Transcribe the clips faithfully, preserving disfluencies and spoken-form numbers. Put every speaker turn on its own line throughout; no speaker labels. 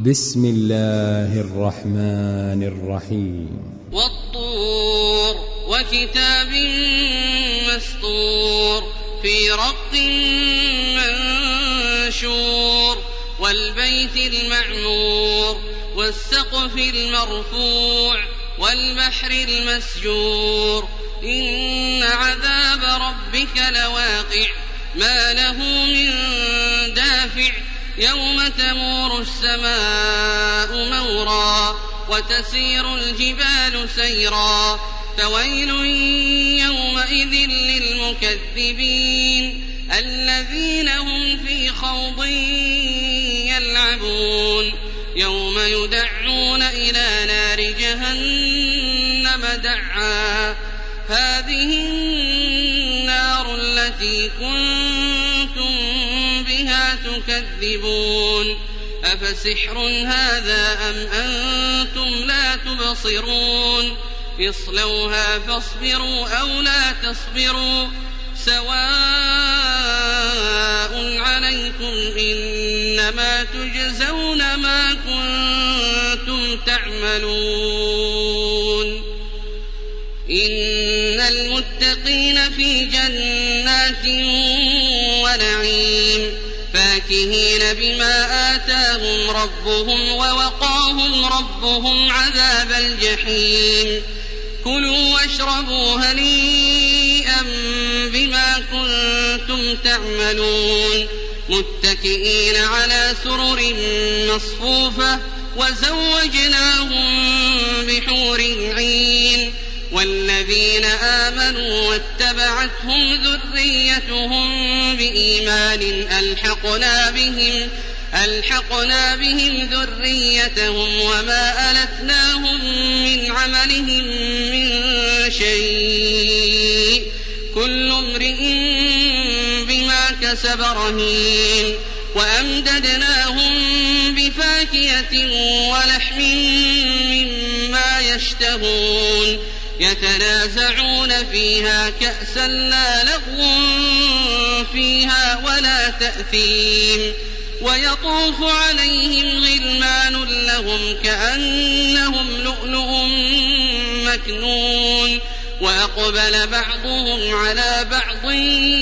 بسم الله الرحمن الرحيم.
والطور وكتاب مسطور في رق منشور والبيت المعمور والسقف المرفوع والبحر المسجور إن عذاب ربك لواقع ما له من دافع يوم تمور السماء مورا وتسير الجبال سيرا فويل يومئذ للمكذبين الذين هم في خوض يلعبون يوم يدعون إلى نار جهنم دعا هذه النار التي كنتم بها تكذبون أفسحر هذا أم أنتم لا تبصرون اصلوها فاصبروا أو لا تصبروا سواء عليكم إنما تجزون ما كنتم تعملون إن المتقين في جنات ونعيم فاكهين بما آتاهم ربهم ووقاهم ربهم عذاب الجحيم كلوا واشربوا هنيئا بما كنتم تعملون متكئين على سرر مصفوفة وزوجناهم بحور عين والذين آمنوا واتبعتهم ذريتهم بإيمان ألحقنا بهم ألحقنا بهم ذريتهم وما ألتناهم من عملهم من شيء كل امرئ بما كسب رهين وأمددناهم بفاكهة ولحم مما يشتهون يتنازعون فيها كأسا لا لغو فيها ولا تأثيم ويطوف عليهم غلمان لهم كأنهم لؤلؤ مكنون وأقبل بعضهم على بعض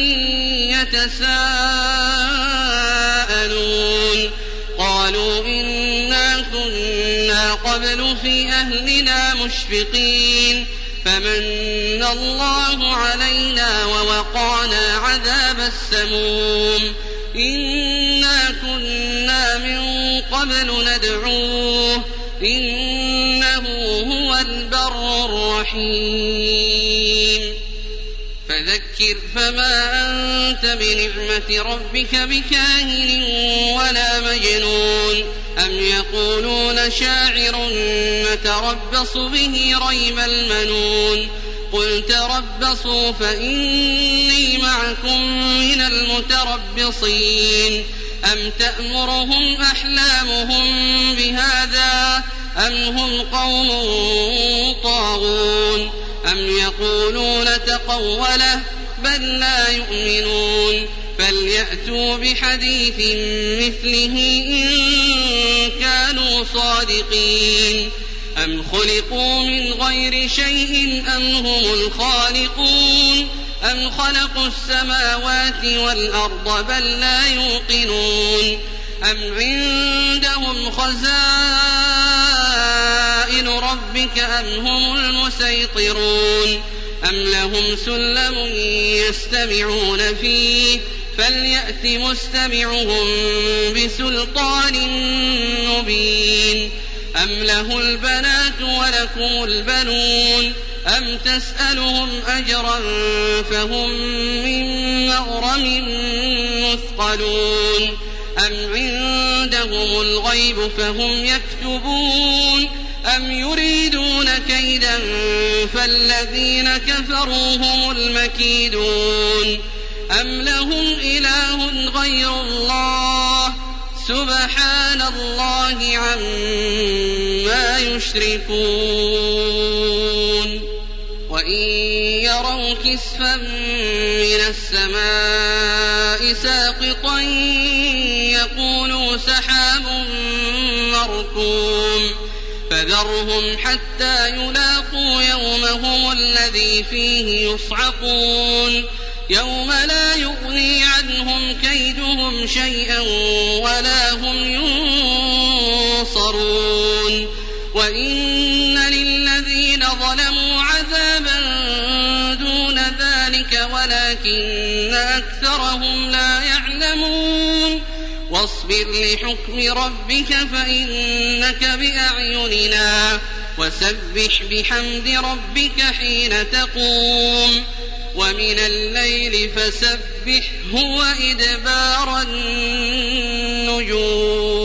يتساءلون قالوا إنا كنا قبل في أهلنا مشفقين فمن الله علينا ووقانا عذاب السموم إنا كنا من قبل ندعوه إنه هو البر الرحيم فذكر فما أنت بنعمة ربك بكاهن ولا مجنون أم يقولون شاعر نتربص به ريب المنون قل تربصوا فإني معكم من المتربصين أم تأمرهم أحلامهم بهذا أم هم قوم طاغون أم يقولون تقوله بل لا يؤمنون فليأتوا بحديث مثله إن كانوا صادقين أم خلقوا من غير شيء أم هم الخالقون أم خلقوا السماوات والأرض بل لا يوقنون أم عندهم خزائن ربك أم هم المسيطرون أم لهم سلم يستمعون فيه فليأت مستمعهم بسلطان مبين أم له البنات ولكم البنون أم تسألهم أجرا فهم من مغرم مثقلون أم عندهم الغيب فهم يكتبون أم يريدون كيدا فالذين كفروا هم المكيدون أم لهم إله غير الله سبحان الله عما يشركون وإن يروا كسفا من السماء ساقطا يقولوا سحاب مركوم فذرهم حتى يلاقوا يومهم الذي فيه يصعقون يوم لا يغني عنهم كيدهم شيئا ولا هم ينصرون وإن للذين ظلموا عذابا دون ذلك ولكن أكثرهم لا يعلمون واصبر لحكم ربك فإنك بأعيننا وسبح بحمد ربك حين تقوم ومن الليل فسبحه وإدبار النجوم.